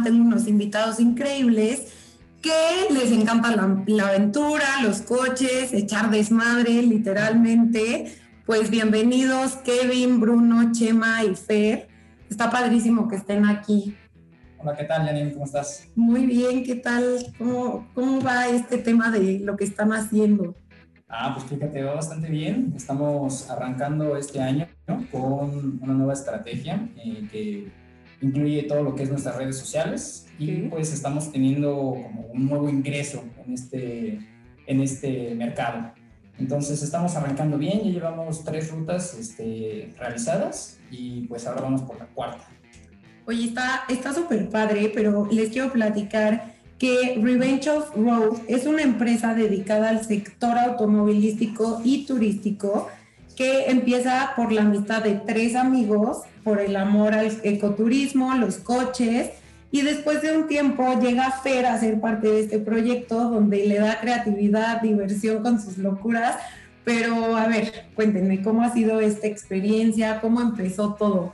tengo unos invitados increíbles que les encanta la aventura, los coches, echar desmadre, literalmente. Pues bienvenidos Kevin, Bruno, Chema y Fer. Está padrísimo que estén aquí. Hola, ¿qué tal, Janine? ¿Cómo estás? Muy bien, ¿qué tal? ¿Cómo va este tema de lo que están haciendo? Pues fíjate, va bastante bien. Estamos arrancando este año, ¿no?, con una nueva estrategia que incluye todo lo que es nuestras redes sociales y pues estamos teniendo como un nuevo ingreso en este mercado. Entonces estamos arrancando bien, ya llevamos 3 rutas realizadas y pues ahora vamos por la cuarta. Oye, está súper padre, pero les quiero platicar que Revenge of Road es una empresa dedicada al sector automovilístico y turístico que empieza por la amistad de 3 amigos, por el amor al ecoturismo, los coches, y después de un tiempo llega Fer a ser parte de este proyecto donde le da creatividad, diversión con sus locuras. Pero a ver, cuéntenme, ¿cómo ha sido esta experiencia? ¿Cómo empezó todo?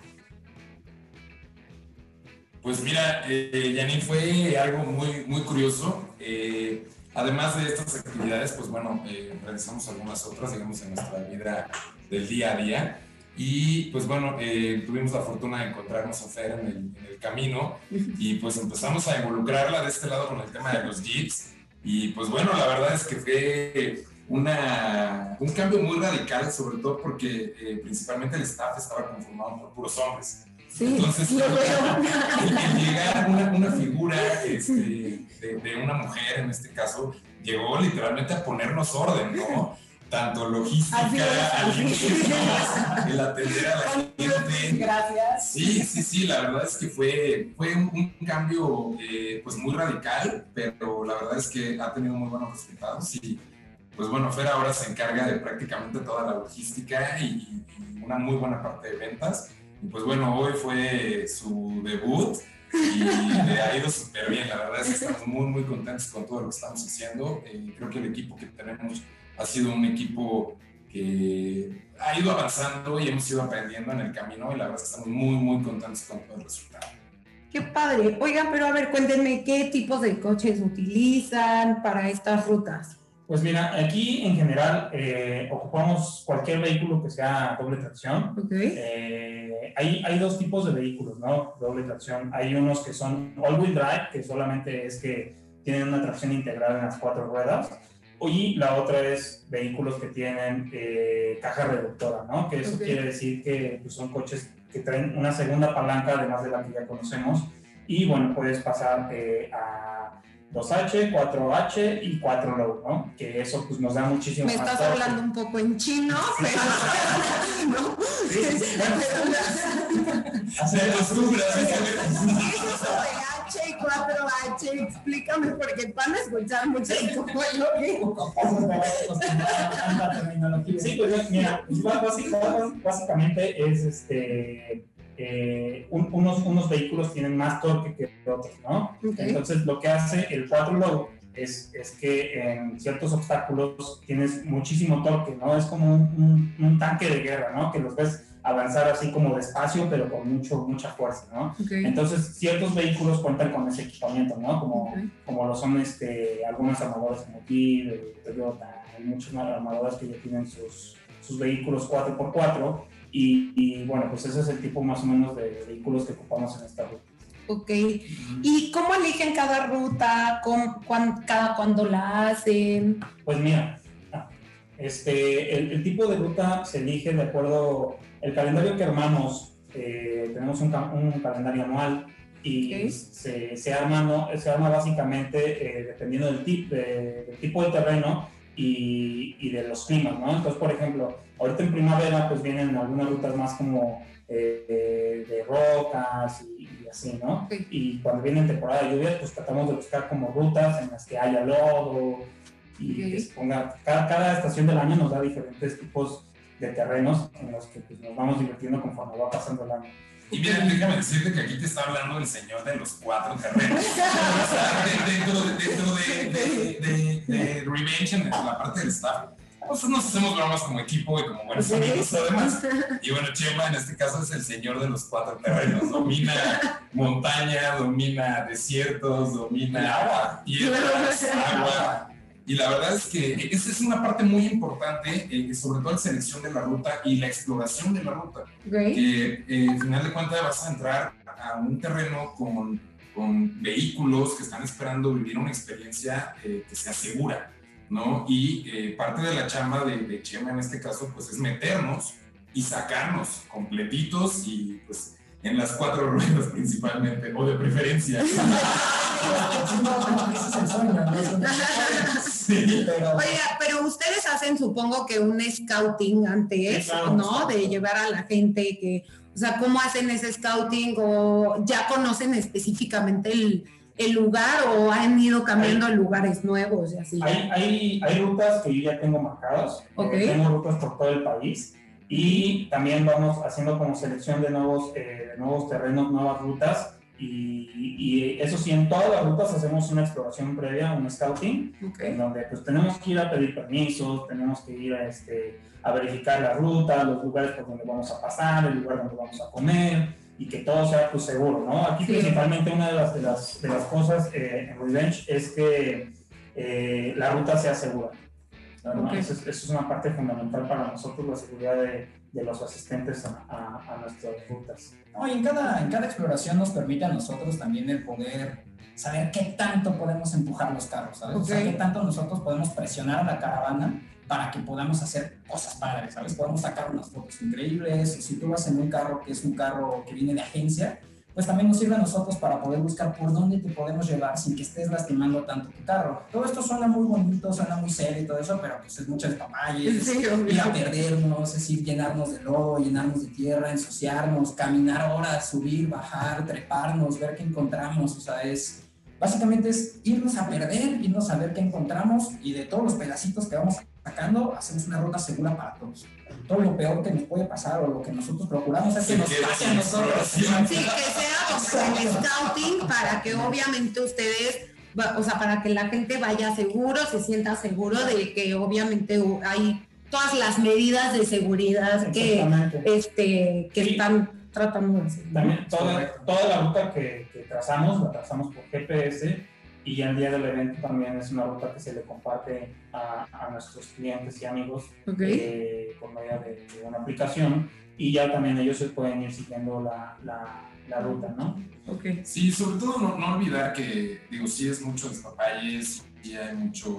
Pues mira, Janine, fue algo muy, muy curioso. Además de estas actividades, pues bueno, realizamos algunas otras, digamos, en nuestra vida del día a día. Y pues bueno, tuvimos la fortuna de encontrarnos a Fer en el camino y pues empezamos a involucrarla de este lado con el tema de los jeeps. Y pues bueno, la verdad es que fue un cambio muy radical, sobre todo porque principalmente el staff estaba conformado por puros hombres. Sí, entonces, el llegar una figura de una mujer, en este caso, llegó literalmente a ponernos orden, ¿no? Tanto logística, el atender a la gente. Gracias. Sí, la verdad es que fue un cambio pues muy radical, pero la verdad es que ha tenido muy buenos resultados y pues bueno, Fer ahora se encarga de prácticamente toda la logística y una muy buena parte de ventas. Y pues bueno, hoy fue su debut y le ha ido súper bien. La verdad es que estamos muy, muy contentos con todo lo que estamos haciendo. Creo que el equipo que tenemos ha sido un equipo que ha ido avanzando y hemos ido aprendiendo en el camino y la verdad es que estamos muy, muy contentos con todo el resultado. ¡Qué padre! Oigan, pero a ver, cuéntenme, ¿qué tipos de coches utilizan para estas rutas? Pues mira, aquí en general ocupamos cualquier vehículo que sea doble tracción. Okay. Hay 2 tipos de vehículos, ¿no? Doble tracción. Hay unos que son all-wheel drive, que solamente es que tienen una tracción integral en las 4 ruedas. Y la otra es vehículos que tienen caja reductora, ¿no? Que eso quiere decir que pues, son coches que traen una segunda palanca, además de la que ya conocemos. Y bueno, puedes pasar a 2H, 4H y 4 low, ¿no? Que eso pues nos da muchísimo más. Me estás hablando un poco en chino, pero... ¿no? Sí. Hacer costumbres. Eso de H y 4H, explícame, porque van a escuchar mucho como Sí, pues mira, básicamente es unos vehículos tienen más torque que otros, ¿no? Okay. Entonces lo que hace el 4 low es que en ciertos obstáculos tienes muchísimo torque, ¿no? Es como un tanque de guerra, ¿no? Que los ves avanzar así como despacio, pero con mucha fuerza, ¿no? Okay. Entonces ciertos vehículos cuentan con ese equipamiento, ¿no? Como lo son algunas armadoras como Kia, Toyota, hay muchos armadoras que ya tienen sus vehículos 4x4 y bueno, pues ese es el tipo más o menos de vehículos que ocupamos en esta ruta. Ok. ¿Y cómo eligen cada ruta? ¿Cada cuándo la hacen? Pues mira, el tipo de ruta se elige de acuerdo el calendario que armamos. Tenemos un calendario anual y se arma básicamente dependiendo del tipo de terreno y de los climas, ¿no? Entonces, por ejemplo, ahorita en primavera pues vienen algunas rutas más como de rocas y así, ¿no? Okay. Y cuando viene en temporada de lluvias pues tratamos de buscar como rutas en las que haya lodo y que se ponga, cada estación del año nos da diferentes tipos de terrenos en los que pues, nos vamos divirtiendo conforme va pasando el año. Y mira, déjame decirte que aquí te está hablando el señor de los 4 terrenos. Dentro de Revenge, en la parte del staff, Nosotros nos hacemos bromas como equipo y como buenos amigos además. Y bueno, Chema en este caso es el señor de los 4 terrenos. Domina montaña, domina desiertos, domina piedras, agua. Y la verdad es que esa es una parte muy importante, sobre todo la selección de la ruta y la exploración de la ruta. Que al final de cuentas vas a entrar a un terreno con vehículos que están esperando vivir una experiencia que sea segura, ¿no? Y parte de la chamba de Chema en este caso, pues es meternos y sacarnos completitos y pues en las 4 ruedas principalmente, o de preferencia. Sí, oiga, pero ustedes hacen, supongo que un scouting antes, claro, ¿no? De llevar a la gente que, o sea, ¿cómo hacen ese scouting? ¿O ya conocen específicamente el lugar o han ido cambiando lugares nuevos y así? Hay rutas que yo ya tengo marcadas, tengo rutas por todo el país y también vamos haciendo como selección de nuevos terrenos, nuevas rutas. Y eso sí, en todas las rutas hacemos una exploración previa, un scouting, en donde pues tenemos que ir a pedir permisos, tenemos que ir a verificar la ruta, los lugares por donde vamos a pasar, el lugar donde vamos a comer y que todo sea pues seguro, ¿no? Aquí principalmente una de las cosas en Revenge es que la ruta sea segura, ¿no? Eso es una parte fundamental para nosotros, la seguridad de los asistentes a nuestras rutas. No, y en cada exploración nos permite a nosotros también el poder saber qué tanto podemos empujar los carros, ¿sabes? O sea, qué tanto nosotros podemos presionar a la caravana para que podamos hacer cosas padres, ¿sabes? Podemos sacar unas fotos increíbles. Si tú vas en un carro que es un carro que viene de agencia, pues también nos sirve a nosotros para poder buscar por dónde te podemos llevar sin que estés lastimando tanto tu carro. Todo esto suena muy bonito, suena muy serio y todo eso, pero pues es mucho despapalle, ir a perdernos, es ir llenarnos de lodo, llenarnos de tierra, ensuciarnos, caminar horas, subir, bajar, treparnos, ver qué encontramos, o sea, básicamente es irnos a perder, irnos a ver qué encontramos y de todos los pedacitos que vamos sacando, hacemos una ruta segura para todos. Todo lo peor que nos puede pasar o lo que nosotros procuramos es que nos pase a nosotros. Sí, que sea como el scouting para que obviamente ustedes, o sea, para que la gente vaya seguro, se sienta seguro de que obviamente hay todas las medidas de seguridad que están tratando de hacer. También toda la ruta que trazamos, la trazamos por GPS. Y ya el día del evento también es una ruta que se le comparte a nuestros clientes y amigos por medio de una aplicación y ya también ellos se pueden ir siguiendo la ruta, ¿no? Sí, sobre todo no olvidar que, digo, sí es mucho despapalle, sí hay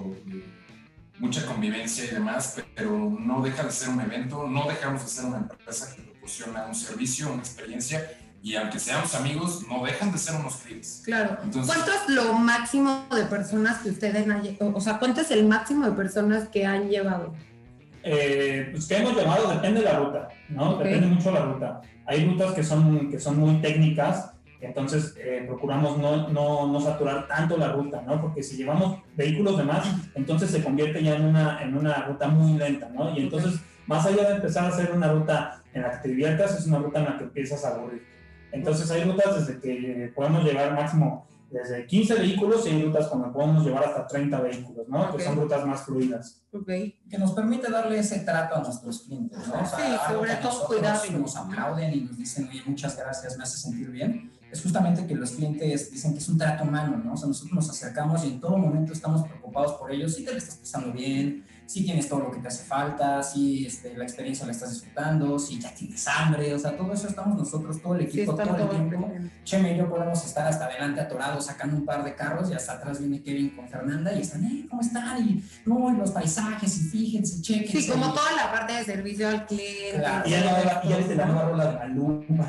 mucha convivencia y demás, pero no deja de ser un evento, no dejamos de ser una empresa que proporciona un servicio, una experiencia. Y aunque seamos amigos, no dejan de ser unos clientes. Claro. Entonces, ¿cuánto es lo máximo de personas que ustedes han llevado? O sea, ¿cuánto es el máximo de personas que han llevado? Pues que hemos llevado depende de la ruta, ¿no? Depende mucho de la ruta. Hay rutas que son muy técnicas, entonces procuramos no saturar tanto la ruta, ¿no? Porque si llevamos vehículos de más, entonces se convierte ya en una ruta muy lenta, ¿no? Y entonces, más allá de empezar a hacer una ruta en la que te diviertas, es una ruta en la que empiezas a aburrir. Entonces hay rutas desde que podemos llevar máximo desde 15 vehículos y hay rutas donde podemos llevar hasta 30 vehículos, ¿no? Que son rutas más fluidas. Que nos permite darle ese trato a nuestros clientes, ¿no? O sea, sobre todo cuidado. Y nos aplauden y nos dicen, oye, muchas gracias, me hace sentir bien. Es justamente que los clientes dicen que es un trato humano, ¿no? O sea, nosotros nos acercamos y en todo momento estamos preocupados por ellos, si te lo estás pasando bien, si tienes todo lo que te hace falta, si la experiencia la estás disfrutando, si ya tienes hambre, o sea, todo eso estamos nosotros, todo el equipo, todo el tiempo. Chema y yo podemos estar hasta adelante atorados sacando un par de carros y hasta atrás viene Kevin con Fernanda y están, ¿cómo están? Y no, los paisajes, y fíjense, chequen. Sí, como toda la parte de servicio al cliente. Claro. Y ya viste la nueva rola de Maluma.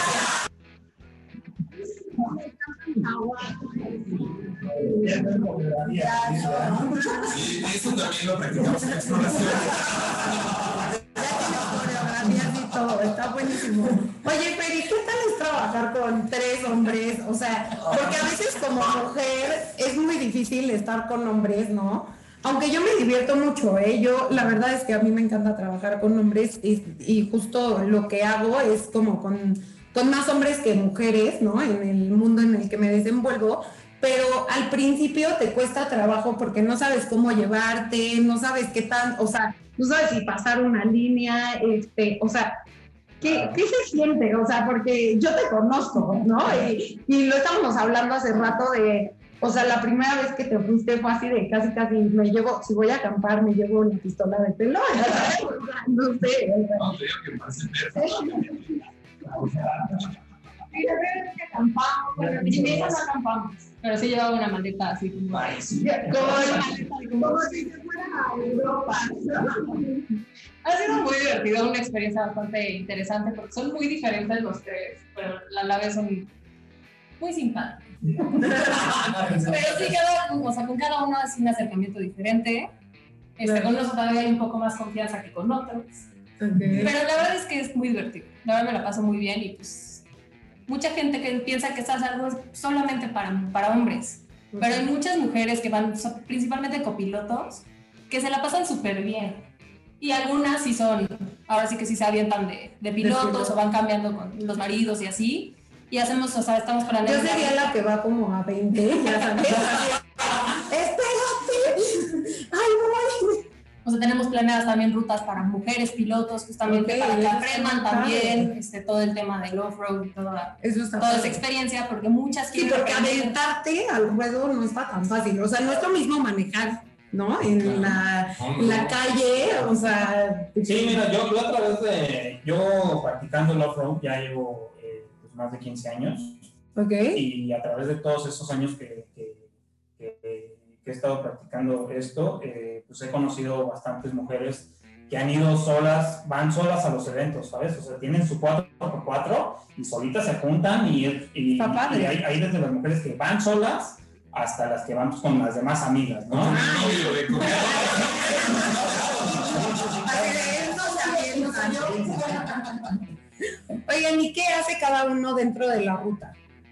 Sí, eso también lo practicamos en exploración. Ya tienes coreografías y todo, está buenísimo. Oye, Peri, ¿qué tal es trabajar con 3 hombres? O sea, porque a veces como mujer es muy difícil estar con hombres, ¿no? Aunque yo me divierto mucho, yo la verdad es que a mí me encanta trabajar con hombres y justo lo que hago es como con más hombres que mujeres, ¿no? En el mundo en el que me desenvuelvo, pero al principio te cuesta trabajo porque no sabes cómo llevarte, no sabes qué tan, o sea, no sabes si pasar una línea, o sea, ¿qué se siente? O sea, porque yo te conozco, ¿no? Y lo estábamos hablando hace rato de, o sea, la primera vez que te fuiste fue así de casi me llevo, si voy a acampar, me llevo una pistola de pelo, ¿sabes? O sea, no sé. No, te digo que parece Y de verdad que acampamos, bueno, ni siquiera no acampamos. Pero sí llevaba una maleta así como... Como si se fuera a Europa. Ha sido muy divertido, una experiencia bastante interesante porque son muy diferentes los tres, pero a la vez son muy simpáticos. Pero sí, con cada uno es un acercamiento diferente. Con unos todavía hay un poco más confianza que con otros. Okay. Pero la verdad es que es muy divertido. La verdad me la paso muy bien y pues mucha gente que piensa que estas algo es solamente para hombres. Okay. Pero hay muchas mujeres que van, principalmente copilotos, que se la pasan súper bien. Y algunas sí son, ahora sí que sí se avientan de pilotos o van cambiando con los maridos y así. Y hacemos, o sea, estamos planeando. Yo sería la que va como a 20, ya sabes. ¡Espérate! ¡Ay, no! O sea, tenemos planeadas también rutas para mujeres pilotos, justamente para que aprendan también todo el tema del off-road y toda esa experiencia, porque muchas quieren... Sí, porque aventarte al ruedo no está tan fácil. O sea, no es lo mismo manejar, ¿no? En la calle, o sea... Sí, mira, yo a través de... Yo practicando el off-road ya llevo pues más de 15 años. Okay. Y a través de todos esos años que he estado practicando esto, pues he conocido bastantes mujeres que han ido solas, van solas a los eventos, ¿sabes? O sea, tienen su 4x4 y solitas se juntan y hay desde las mujeres que van solas hasta las que van pues, con las demás amigas, ¿no? Oigan, ¿y qué hace cada uno dentro de la ruta?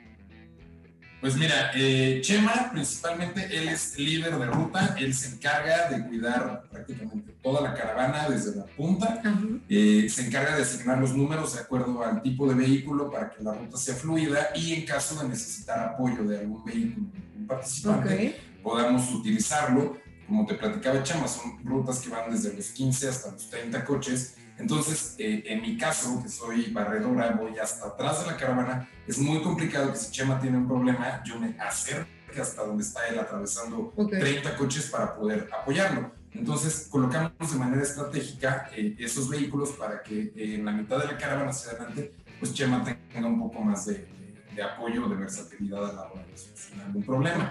Pues mira, Chema, principalmente, él es líder de ruta, él se encarga de cuidar prácticamente toda la caravana desde la punta, se encarga de asignar los números de acuerdo al tipo de vehículo para que la ruta sea fluida y en caso de necesitar apoyo de algún vehículo, un participante, podamos utilizarlo. Como te platicaba Chema, son rutas que van desde los 15 hasta los 30 coches. Entonces, en mi caso, que soy barredora, voy hasta atrás de la caravana. Es muy complicado que si Chema tiene un problema, yo me acerque hasta donde está él atravesando 30 coches para poder apoyarlo. Entonces, colocamos de manera estratégica esos vehículos para que en la mitad de la caravana hacia adelante, pues Chema tenga un poco más de apoyo, de versatilidad a la hora de solucionar algún problema.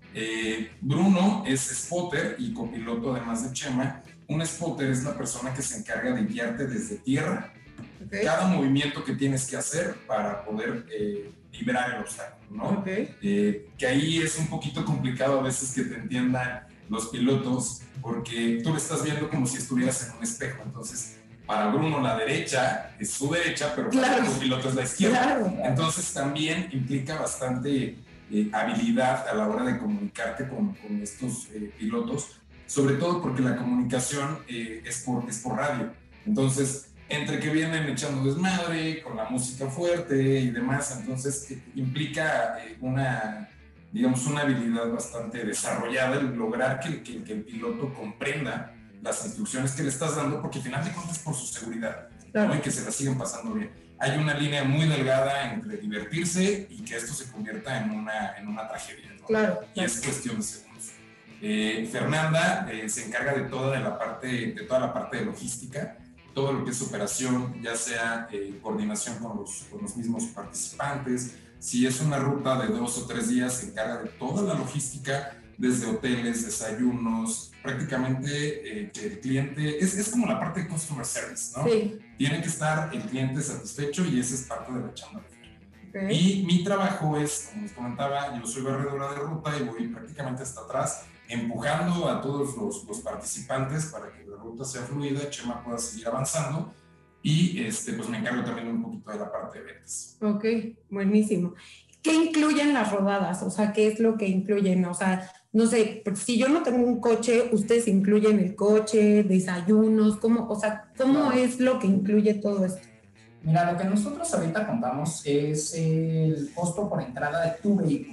Bruno es spotter y copiloto además de Chema. Un spotter es la persona que se encarga de guiarte desde tierra, cada movimiento que tienes que hacer para poder liberar el obstáculo, ¿no? Que ahí es un poquito complicado a veces que te entiendan los pilotos, porque tú lo estás viendo como si estuvieras en un espejo. Entonces, para Bruno la derecha es su derecha, pero para el copiloto es la izquierda. Entonces también implica bastante habilidad a la hora de comunicarte con estos pilotos, sobre todo porque la comunicación es por radio. Entonces, entre que vienen echando desmadre, con la música fuerte y demás, entonces implica una habilidad bastante desarrollada el lograr que el piloto comprenda las instrucciones que le estás dando, porque al final de cuentas es por su seguridad, ¿no? Y que se la siguen pasando bien. Hay una línea muy delgada entre divertirse y que esto se convierta en una tragedia, ¿no? Y es cuestión de segundos. Fernanda se encarga de toda la parte de logística, todo lo que es operación, ya sea coordinación con los mismos participantes. Si es una ruta de 2 o 3 días, se encarga de toda la logística, desde hoteles, desayunos, prácticamente que el cliente, es como la parte de customer service, ¿no? Sí. Tiene que estar el cliente satisfecho y esa es parte de la chamba. Y mi trabajo es, como les comentaba, yo soy barredora de ruta y voy prácticamente hasta atrás, empujando a todos los participantes para que la ruta sea fluida, Chema pueda seguir avanzando y pues me encargo también un poquito de la parte de ventas. Ok, buenísimo. ¿Qué incluyen las rodadas? O sea, ¿qué es lo que incluyen? O sea, no sé, si yo no tengo un coche, ¿ustedes incluyen el coche, desayunos? ¿Cómo es lo que incluye todo esto? Mira, lo que nosotros ahorita contamos es el costo por entrada de tu vehículo.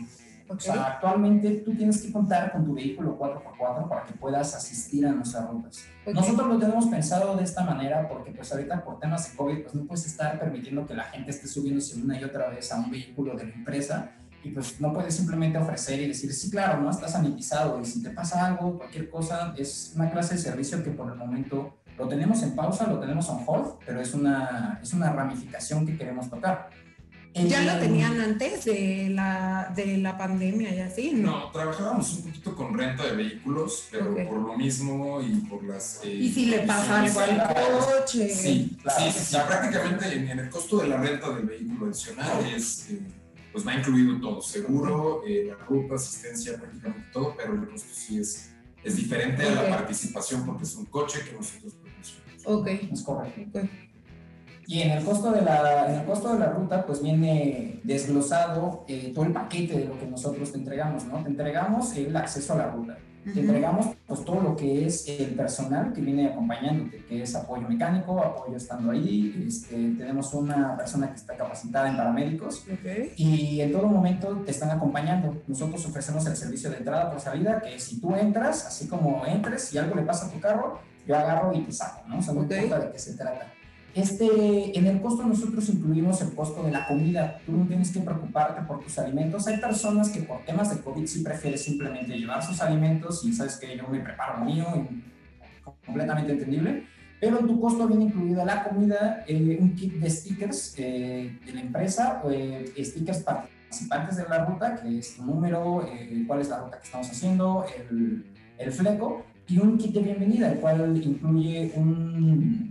Okay. O sea, actualmente tú tienes que contar con tu vehículo 4x4 para que puedas asistir a nuestras rutas. Okay. Nosotros lo tenemos pensado de esta manera porque pues ahorita por temas de COVID pues no puedes estar permitiendo que la gente esté subiéndose una y otra vez a un vehículo de la empresa y pues no puedes simplemente ofrecer y decir, sí, claro, no, está sanitizado y si te pasa algo, cualquier cosa, es una clase de servicio que por el momento lo tenemos en pausa, lo tenemos on hold, pero es una ramificación que queremos tocar. ¿Ya lo tenían antes de la pandemia y así? No, trabajábamos un poquito con renta de vehículos, pero okay. por lo mismo y por las... ¿Y si le pasa algo al coche? Sí, claro, sí, prácticamente en el costo de la renta del vehículo adicional pues va incluido todo, seguro, la ruta, asistencia, prácticamente todo, pero el costo sí es diferente a la participación porque es un coche que nosotros proporcionamos. Ok. Es correcto. Okay. Y en el costo de la ruta, pues viene desglosado todo el paquete de lo que nosotros te entregamos, ¿no? Te entregamos el acceso a la ruta, te entregamos pues todo lo que es el personal que viene acompañándote, que es apoyo mecánico, apoyo estando ahí, tenemos una persona que está capacitada en paramédicos y en todo momento te están acompañando. Nosotros ofrecemos el servicio de entrada por salida, que si tú entras, así como entres y algo le pasa a tu carro, yo agarro y te saco, ¿no? O sea, no importa de qué se trata. En el costo nosotros incluimos el costo de la comida. Tú no tienes que preocuparte por tus alimentos. Hay personas que por temas de COVID sí prefieren simplemente llevar sus alimentos y sabes que yo me preparo mío, completamente entendible. Pero en tu costo viene incluida la comida, un kit de stickers de la empresa, stickers participantes de la ruta, que es tu número, cuál es la ruta que estamos haciendo, el fleco, y un kit de bienvenida, el cual incluye un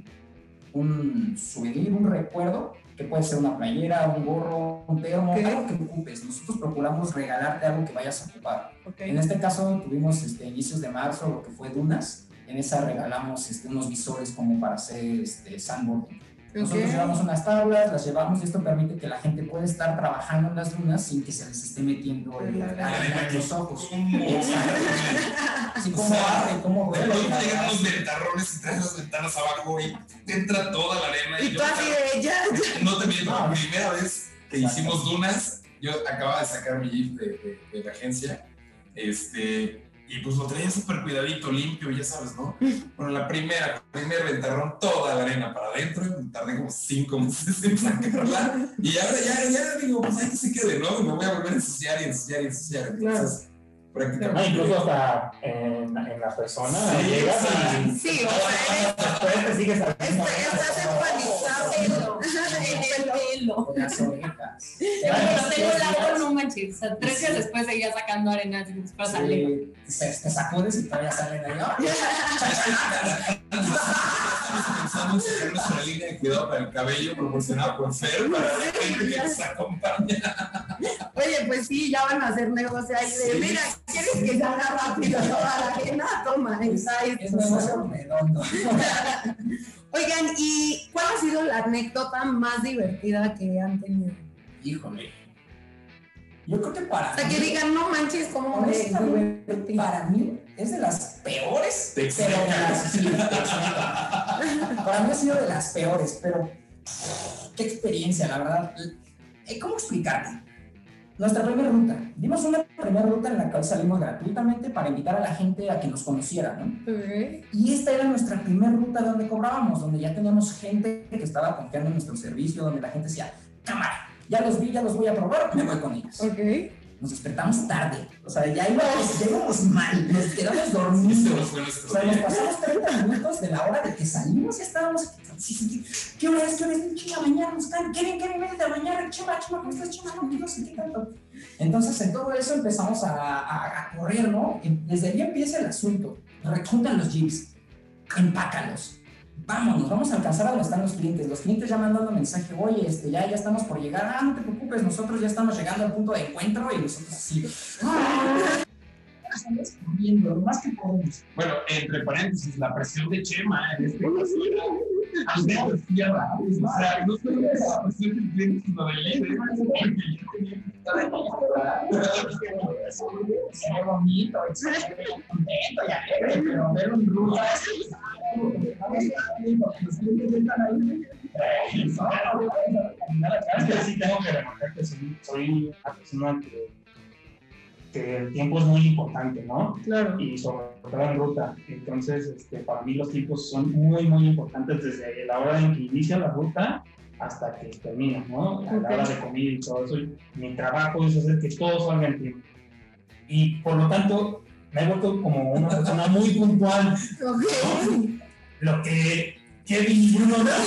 souvenir, un recuerdo, que puede ser una playera, un gorro, un termo, algo que ocupes. Nosotros procuramos regalarte algo que vayas a ocupar. En este caso tuvimos inicios de marzo, lo que fue dunas. En esa regalamos unos visores como para hacer sandboarding. Nosotros llevamos unas tablas, las llevamos y esto permite que la gente pueda estar trabajando en las dunas sin que se les esté metiendo en los ojos. Así como arde, como duele. Llegan unos ventarrones y traen las ventanas abajo y te entra toda la arena. Y tú así de ella. No te miento, la primera vez que hicimos dunas, yo acababa de sacar mi Jeep de la agencia, y pues lo traía súper cuidadito, limpio, ya sabes, ¿no? Bueno, la primer ventarrón, toda la arena para adentro, tardé como 5 meses en sacarla, y ahora ya digo, pues ahí que se quede, ¿no? Me voy a volver a ensuciar. Entonces, prácticamente... incluso hasta en la persona, llegas y... Sí, o sea, después te sigues saliendo. Estás empanizado en el pelo. Con las orejas. Pero tengo el agua, no manches. O sea, 3 días después seguía sacando arena y después sale. Te sacudes y todavía salen ahí. Pensamos en sacar nuestra línea de cuidado para el cabello proporcionada por Fer para la gente que nos acompaña. Oye, pues sí, ya van a hacer negocio ahí de, mira, ¿quieres que salga rápido toda la arena? Toma, es negocio redondo. Oigan, ¿y cuál ha sido la anécdota más divertida que han tenido? Híjole. Yo creo que para mí... O sea, que digan, no manches, ¿cómo para mí es de las peores. Para mí ha sido de las peores, pero qué experiencia, la verdad. ¿Cómo explicarte? Nuestra primera ruta. Dimos una primera ruta en la cual salimos gratuitamente para invitar a la gente a que nos conociera, ¿no? Y esta era nuestra primera ruta donde cobrábamos, donde ya teníamos gente que estaba confiando en nuestro servicio, donde la gente decía, cámara, ya los vi, ya los voy a probar, me voy con ellos. Nos despertamos tarde, o sea, ya íbamos mal, nos quedamos dormidos. O sea, nos pasamos 30 minutos de la hora de que salimos y estábamos... ¿Qué hora es? Chinga, mañana nos caen. Kevin, vete a bañar. Chema, ¿cómo estás, Chema? No sé qué tanto. Entonces, en todo eso empezamos a correr, ¿no? Desde ahí empieza el asunto. Rejuntan los jeeps, empácalos. Vamos a alcanzar a donde están los clientes. Los clientes ya mandando mensaje, oye, ya estamos por llegar. No te preocupes, nosotros ya estamos llegando al punto de encuentro y nosotros así. Estamos corriendo, lo más que podemos. Bueno, entre paréntesis, la presión de Chema en este caso era tierra. O sea, no solo la presión del cliente, sino del líder. Se ve bonito, se ve contento y alegre, pero ver un ruso así. Es que sí tengo que remarcar que soy una persona que el tiempo es muy importante, ¿no? Claro. Y sobre todo en ruta. Entonces, para mí los tiempos son muy, muy importantes desde la hora en que inicia la ruta hasta que termina, ¿no? A la hora de comida y todo eso. Mi trabajo es hacer que todo salga en tiempo. Y por lo tanto, me he vuelto como una persona muy puntual. Okay. ¿No? Lo que Kevin y Bruno no.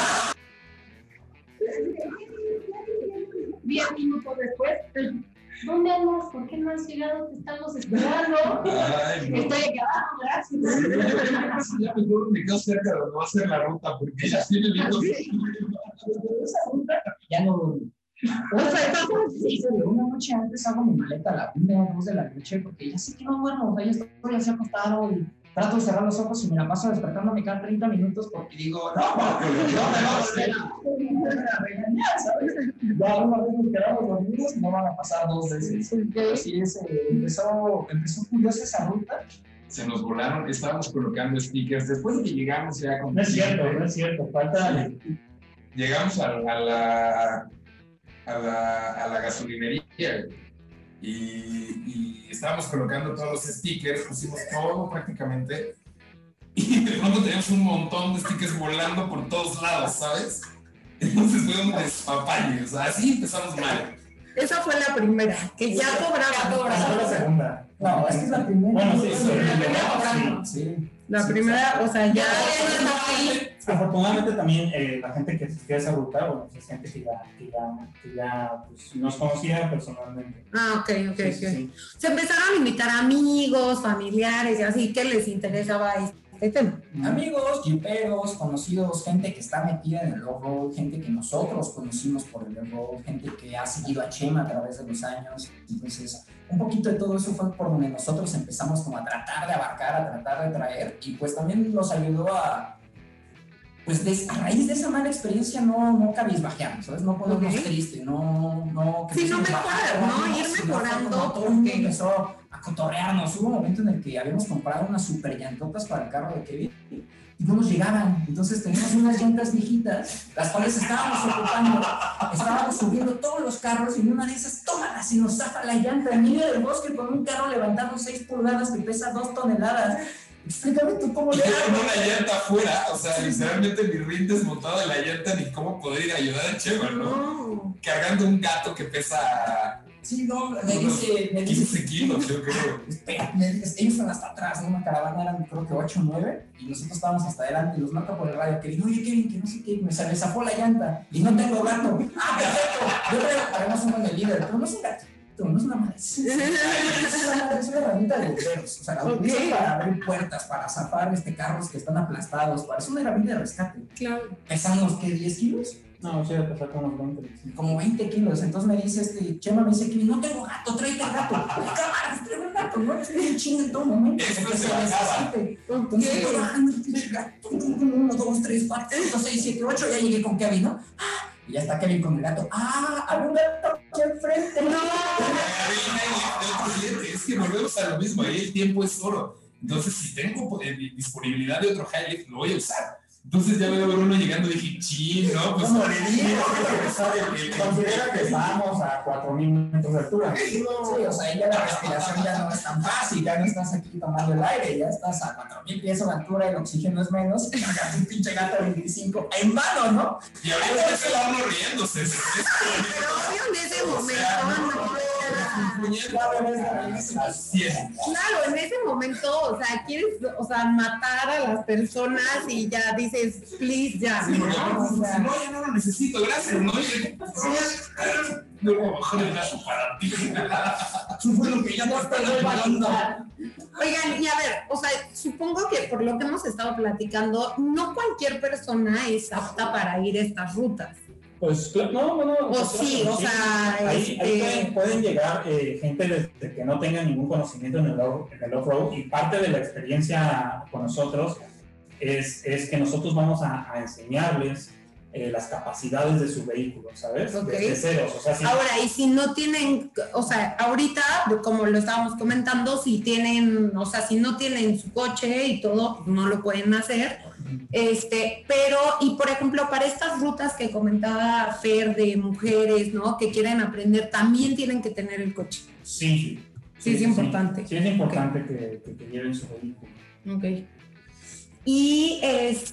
10 minutos después, ¿dónde andas? ¿Por qué no has llegado? Te estamos esperando. Ay, no. Estoy aquí abajo, gracias. Ya me quedo cerca de donde va a ser la ruta, porque ya estoy viendo Esa ruta ya no. O sea, estamos Sí, una noche antes hago mi maleta a la 1 o 2 de la noche porque ya sé que no duermo, o sea, ya estoy así acostado y trato de cerrar los ojos y me la paso despertándome cada 30 minutos porque digo, no me vamos a regañar, ¿sabes? Ya una vez nos quedamos dormidos y no van a pasar 2 veces. Así es, empezó curiosa esa ruta. se nos volaron, estábamos colocando stickers. Después de que llegamos ya con... No es cierto, falta... Llegamos a la gasolinería y estábamos colocando todos los stickers, pusimos todo prácticamente y de pronto teníamos un montón de stickers volando por todos lados, ¿sabes? Entonces fue un despapalle, o sea, así empezamos mal. Esa fue la primera, que ya cobraba. Esa fue la segunda. No, es que es la primera. Bueno, sí, sí. La primera, o sea, ya... Afortunadamente también la gente que asistía a esa ruta, bueno, pues es gente que ya pues, nos conocía personalmente. Ah, ok. Sí. Se empezaron a invitar amigos, familiares y así, que les interesaba este tema. Amigos, jiperos, conocidos, gente que está metida en el off-road, gente que nosotros conocimos por el off-road, gente que ha seguido a Chema a través de los años. Entonces, un poquito de todo eso fue por donde nosotros empezamos como a tratar de abarcar, a tratar de traer, y pues también nos ayudó a, pues a raíz de esa mala experiencia no cabizbajeamos, ¿sabes? No ponernos tristes, no... Sí, no mejorar, ¿no? Ir mejorando. Todo el mundo empezó a cotorrearnos. Hubo un momento en el que habíamos comprado unas super llantotas para el carro de Kevin y no nos llegaban. Entonces teníamos unas llantas viejitas, las cuales estábamos ocupando. Estábamos subiendo todos los carros y en una de esas, tómalas, y nos zafa la llanta en medio del bosque con un carro levantando 6 pulgadas que pesa 2 toneladas. Explícame tú cómo le hago. Con una llanta afuera, o sea, literalmente mi rin desmontado de la llanta, ni cómo poder ir a ayudar a Chema, ¿no? Cargando un gato que pesa... Sí, no, me dice 15 kilos, yo creo. Espera, ellos están hasta atrás, ¿no? Una caravana eran creo que 8 o 9 y nosotros estábamos hasta adelante y los marca por el radio. Kevin, oye Kevin, que no sé qué, se me zafó la llanta y no tengo gato. Ah, perfecto, yo traigo, haremos uno en el líder, pero no es un gato. No es una madre, es una herramienta de bomberos, o sea, la utilizan para abrir puertas, para zafar carros que están aplastados, es una herramienta de rescate. Claro. ¿Pesan unos qué, 10 kilos? No, sí, debe pesar como unos 20. Como 20 kilos, entonces me dice Chema, me dice que no tengo gato, tráete el gato. Cámaras, traigo el gato, no estoy en chinga en todo momento. Esto se bajaba. Entonces yo bajando el gato, 1, 2, 3, 4, 5, 6, 7, 8, ya llegué con Kevin, ¿no? Y ya está Kevin con el gato. Había un gato aquí enfrente. ¡No! Es que volvemos a lo mismo, ahí el tiempo es oro. Entonces, si tengo disponibilidad de otro highlight, lo voy a usar. Entonces ya veo a uno llegando y dije, ching, ¿no? Pues Considera que estábamos a 4,000 metros de altura. Sí, o sea, ya la respiración ya no es tan fácil, ya no estás aquí tomando el aire, ya estás a 4,000 pies de altura, el oxígeno es menos, y cargas un pinche gato de 25 en mano, ¿no? Y ahorita se va uno riéndose. Pero obvio en ese momento, Claro, en ese momento, o sea, quieres, o sea, matar a las personas y ya dices, please, ya. Sí, no, ya no lo necesito, gracias, ¿no? Luego bajar el gato para ti. Eso fue lo que ya no está valorando. Oigan, y a ver, o sea, supongo que por lo que hemos estado platicando, no cualquier persona es apta para ir a estas rutas. Pues no. O sí, o sea... Ahí pueden llegar gente desde que no tenga ningún conocimiento en el off-road, y parte de la experiencia con nosotros es que nosotros vamos a enseñarles las capacidades de su vehículo, ¿sabes? Desde ceros, o sea, sí. Ahora, y si no tienen, o sea, ahorita, como lo estábamos comentando, si tienen, o sea, si no tienen su coche y todo, no lo pueden hacer. Pero, y por ejemplo, para estas rutas que comentaba Fer de mujeres, ¿no? Que quieren aprender, también tienen que tener el coche. Sí, Sí, es importante. Sí, es importante que lleven su vehículo. Ok. Y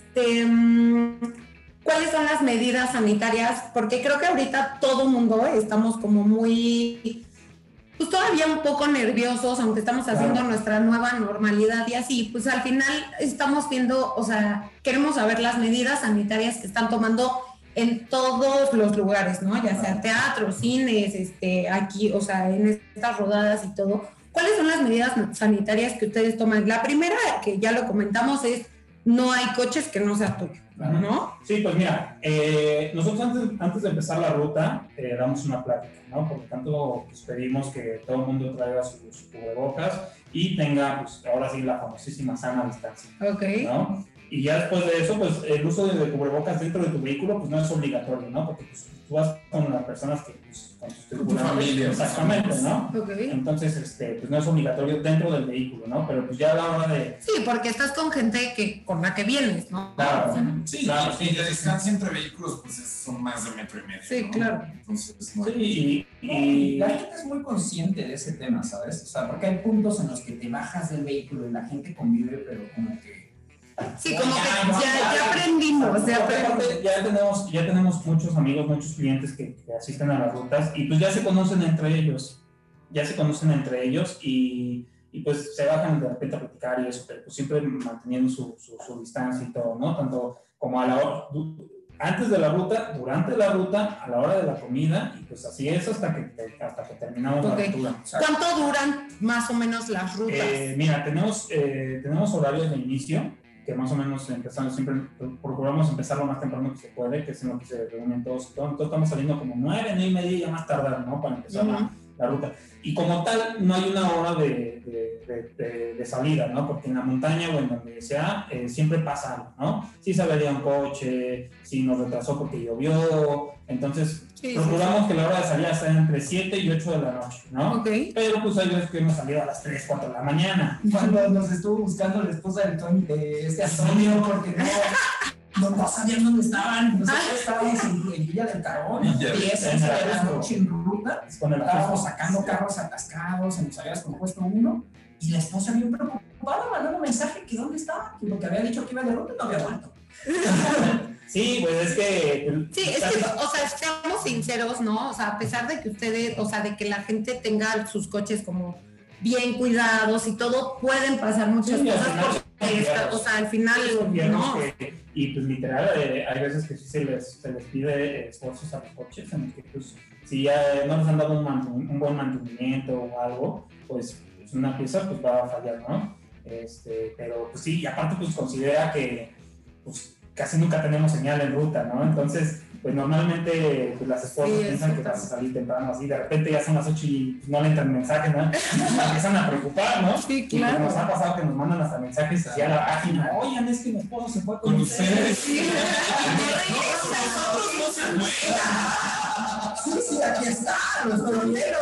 ¿cuáles son las medidas sanitarias? Porque creo que ahorita todo mundo estamos como muy, pues todavía un poco nerviosos, aunque estamos haciendo nuestra nueva normalidad y así, pues al final estamos viendo, o sea, queremos saber las medidas sanitarias que están tomando en todos los lugares, ¿no? Ya sea teatro, cines, aquí, o sea, en estas rodadas y todo. ¿Cuáles son las medidas sanitarias que ustedes toman? La primera, que ya lo comentamos, es no hay coches que no sea tuyo, ¿no? Sí, pues mira, nosotros antes de empezar la ruta damos una plática, ¿no? Por lo tanto, pues, pedimos que todo el mundo traiga sus cubrebocas y tenga, pues ahora sí, la famosísima sana distancia, ¿no? Y ya después de eso, pues el uso de cubrebocas dentro de tu vehículo, pues no es obligatorio, ¿no? Porque pues, tú vas con las personas que, pues, con tus familia. Exactamente, ¿no? Entonces, pues no es obligatorio dentro del vehículo, ¿no? Pero pues ya a la hora de... Sí, porque estás con gente con la que vienes, ¿no? Claro. Sí, claro, y la distancia entre vehículos, pues son más de 1.5 metros. Sí, ¿no? claro. Entonces, sí, y la gente es muy consciente de ese tema, ¿sabes? O sea, porque hay puntos en los que te bajas del vehículo y la gente convive, pero como que... Sí, como que ya aprendimos. Ya tenemos muchos amigos, muchos clientes que asisten a las rutas y pues ya se conocen entre ellos. Y pues se bajan de repente a platicar y eso, pero pues siempre manteniendo su distancia y todo, ¿no? Tanto como a la hora, antes de la ruta, durante la ruta, a la hora de la comida, y pues así es hasta que terminamos la ruta. ¿Cuánto duran más o menos las rutas? Mira, tenemos horarios de inicio, que más o menos empezamos, siempre procuramos empezar lo más temprano que se puede, que es en lo que se reúnen todos. Entonces estamos saliendo como 9, 9 y media, ya más tardar, ¿no? Para empezar la ruta. Y como tal, no hay una hora de salida, ¿no? Porque en la montaña o en donde sea, siempre pasa algo, ¿no? Si se avería un coche, si nos retrasó porque llovió, entonces procuramos que la hora de salida sea entre 7 y 8 de la noche, ¿no? Pero pues hay veces que hemos salido a las 3, 4 de la mañana. Cuando nos estuvo buscando la esposa de Antonio, porque no sabían dónde estaban. Nosotros estábamos en Villa del Carbón, y esa era la noche en ruta. Estábamos sacando carros atascados, se nos había descompuesto uno, y la esposa bien preocupada mandando mensaje que dónde estaba, que lo que había dicho que iba de ruta no había vuelto. Sí, pues es que... Sí, es que, o sea, seamos sinceros, ¿no? O sea, a pesar de que ustedes, o sea, de que la gente tenga sus coches como bien cuidados y todo, pueden pasar muchas cosas porque, o sea, al final, ¿no? Y pues literal, hay veces que sí se les pide esfuerzos a los coches en los que pues si ya no les han dado un buen mantenimiento o algo, pues una pieza pues va a fallar, ¿no? Pero pues sí, y aparte pues considera que pues casi nunca tenemos señal en ruta, ¿no? Entonces, pues normalmente pues, las esposas piensan que vas a salir temprano, así de repente ya son las 8 y no le entran mensajes, ¿no? Empiezan a preocupar, ¿no? Sí, claro. Y pues, nos ha pasado que nos mandan hasta mensajes hacia la página, oigan, es que mi esposo se fue con ustedes. Sí, aquí está, nuestro dinero.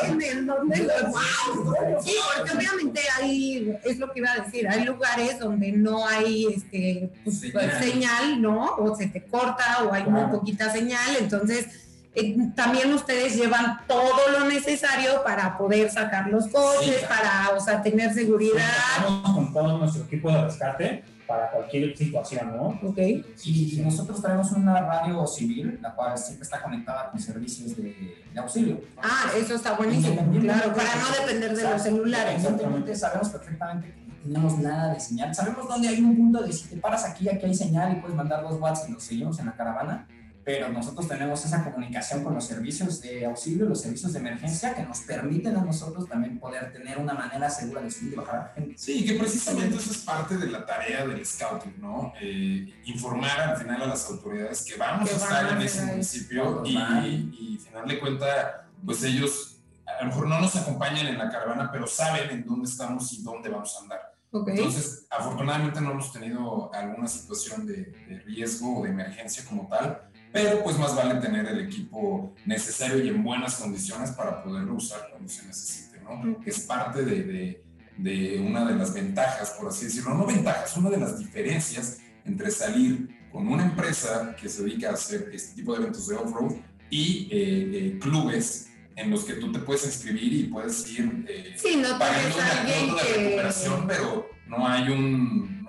Sí, porque obviamente ahí, es lo que iba a decir, hay lugares donde no hay señal, ¿no? O se te corta o hay muy poquita señal, entonces también ustedes llevan todo lo necesario para poder sacar los coches, para, o sea, tener seguridad. Estamos con todo nuestro equipo de rescate para cualquier situación, ¿no? Y nosotros traemos una radio civil, la cual siempre está conectada con servicios de auxilio. Eso está buenísimo, claro, para no depender de los celulares. Exactamente, sabemos perfectamente que no tenemos nada de señal. Sabemos dónde hay un punto de si te paras aquí hay señal y puedes mandar 2 watts y nos seguimos en la caravana. Pero nosotros tenemos esa comunicación con los servicios de auxilio, los servicios de emergencia, que nos permiten a nosotros también poder tener una manera segura de subir y bajar a la gente. Sí, que precisamente eso es parte de la tarea del scouting, ¿no? Informar al final a las autoridades que vamos a estar en ese municipio y final de cuentas, pues ellos a lo mejor no nos acompañan en la caravana, pero saben en dónde estamos y dónde vamos a andar. Entonces, afortunadamente no hemos tenido alguna situación de riesgo o de emergencia como tal, pero pues más vale tener el equipo necesario y en buenas condiciones para poderlo usar cuando se necesite, ¿no? Es parte de una de las ventajas, por así decirlo, no ventajas, una de las diferencias entre salir con una empresa que se dedica a hacer este tipo de eventos de off-road y clubes en los que tú te puedes inscribir y puedes ir no pagando una cuota de recuperación, pero no hay un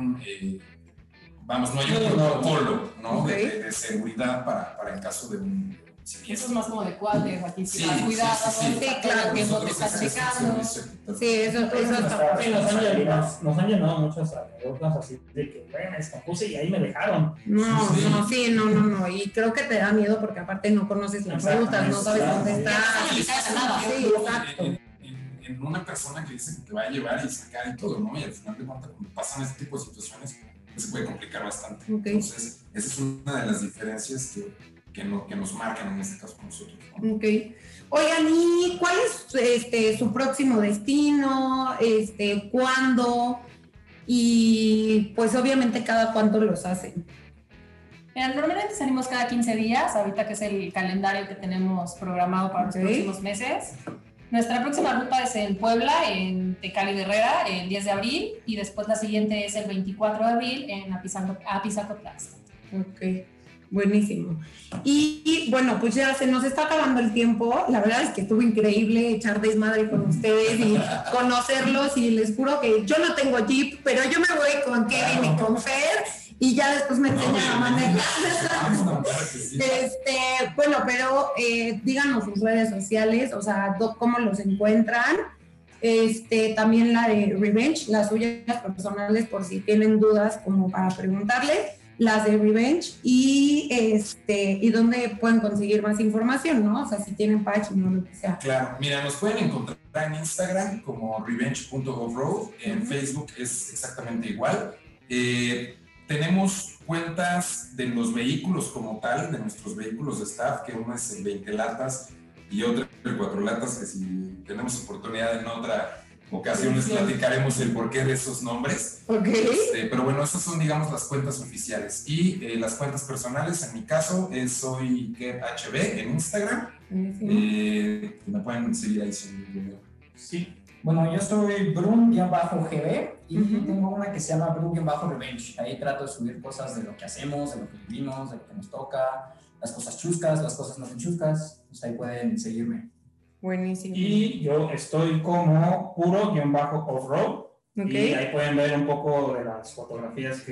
protocolo, ¿no? De seguridad para el caso de un siniestro. Eso es más como de cuate, aquí sí, cuidado, claro, que no te estás checando. Sí, eso está. Nos han llenado muchas anécdotas así de que, bueno, me descompuse y ahí me dejaron. No. Y creo que te da miedo porque aparte no conoces las rutas, no sabes dónde está. Sí, exacto. En una persona que dice que te va a llevar y sacar y todo, ¿no? Y al final de cuentas, cuando pasan este tipo de situaciones, pues se puede complicar bastante. Entonces, esa es una de las diferencias que nos marcan en este caso con nosotros, ¿no? Oigan, ¿y cuál es su próximo destino? ¿Cuándo? Y pues obviamente cada cuánto los hacen. Normalmente salimos cada 15 días, ahorita que es el calendario que tenemos programado para los próximos meses. Nuestra próxima ruta es en Puebla, en Tecali de Herrera, el 10 de abril, y después la siguiente es el 24 de abril en Apizaco-Tlaxcala. Ok, buenísimo. Y bueno, pues ya se nos está acabando el tiempo. La verdad es que estuvo increíble echar desmadre con ustedes y conocerlos, y les juro que yo no tengo Jeep, pero yo me voy con Kevin y con Fer, y ya después me enseñan a manejar. Bueno, pero díganos sus redes sociales, o sea, cómo los encuentran. También la de Revenge, las suyas personales, por si tienen dudas como para preguntarle, las de Revenge, y dónde pueden conseguir más información, ¿no? O sea, si tienen página o lo que sea. Claro, mira, nos pueden encontrar en Instagram como revenge.offroad, en Facebook es exactamente igual. Tenemos cuentas de los vehículos como tal, de nuestros vehículos de staff, que uno es el 20 latas y otro el 4 latas, que si tenemos oportunidad en otra ocasión les platicaremos el porqué de esos nombres. Pero bueno, esas son, digamos, las cuentas oficiales. Y las cuentas personales, en mi caso, soy KevHB en Instagram. Me pueden seguir ahí sin ningún problema. Sí. Bueno, yo soy Brun-GB y tengo una que se llama Brun-Revenge. Ahí trato de subir cosas de lo que hacemos, de lo que vivimos, de lo que nos toca, las cosas chuscas, las cosas no tan chuscas. Pues ahí pueden seguirme. Buenísimo. Y yo estoy como puro-off-road. Y ahí pueden ver un poco de las fotografías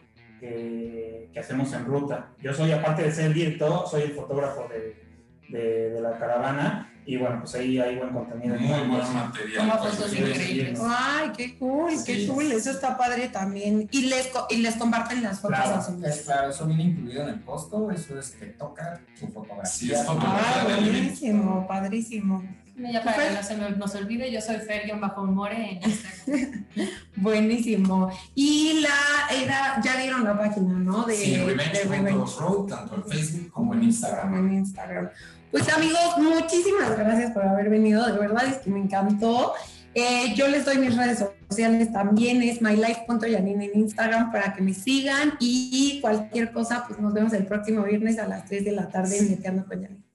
que hacemos en ruta. Yo soy, aparte de ser el director, soy el fotógrafo de la caravana. Y bueno, pues ahí hay buen contenido. Muy buen material. Fotos increíbles. Ay, qué cool, qué cool. Eso está padre también. Y les comparten las fotos así. Claro, eso viene incluido en el costo. Eso es que toca su fotografía. Sí, es fotografía. Buenísimo, padrísimo. Ya para que no se nos olvide, yo soy Fer-More en Instagram. Buenísimo. Y ya dieron la página, ¿no? Sí, Revenge.offroad, tanto en Facebook como en Instagram. Pues amigos, muchísimas gracias por haber venido, de verdad es que me encantó. Yo les doy mis redes sociales también, es mylife.janine en Instagram para que me sigan, y cualquier cosa, pues nos vemos el próximo viernes a las 3 de la tarde en Neteando con Janine.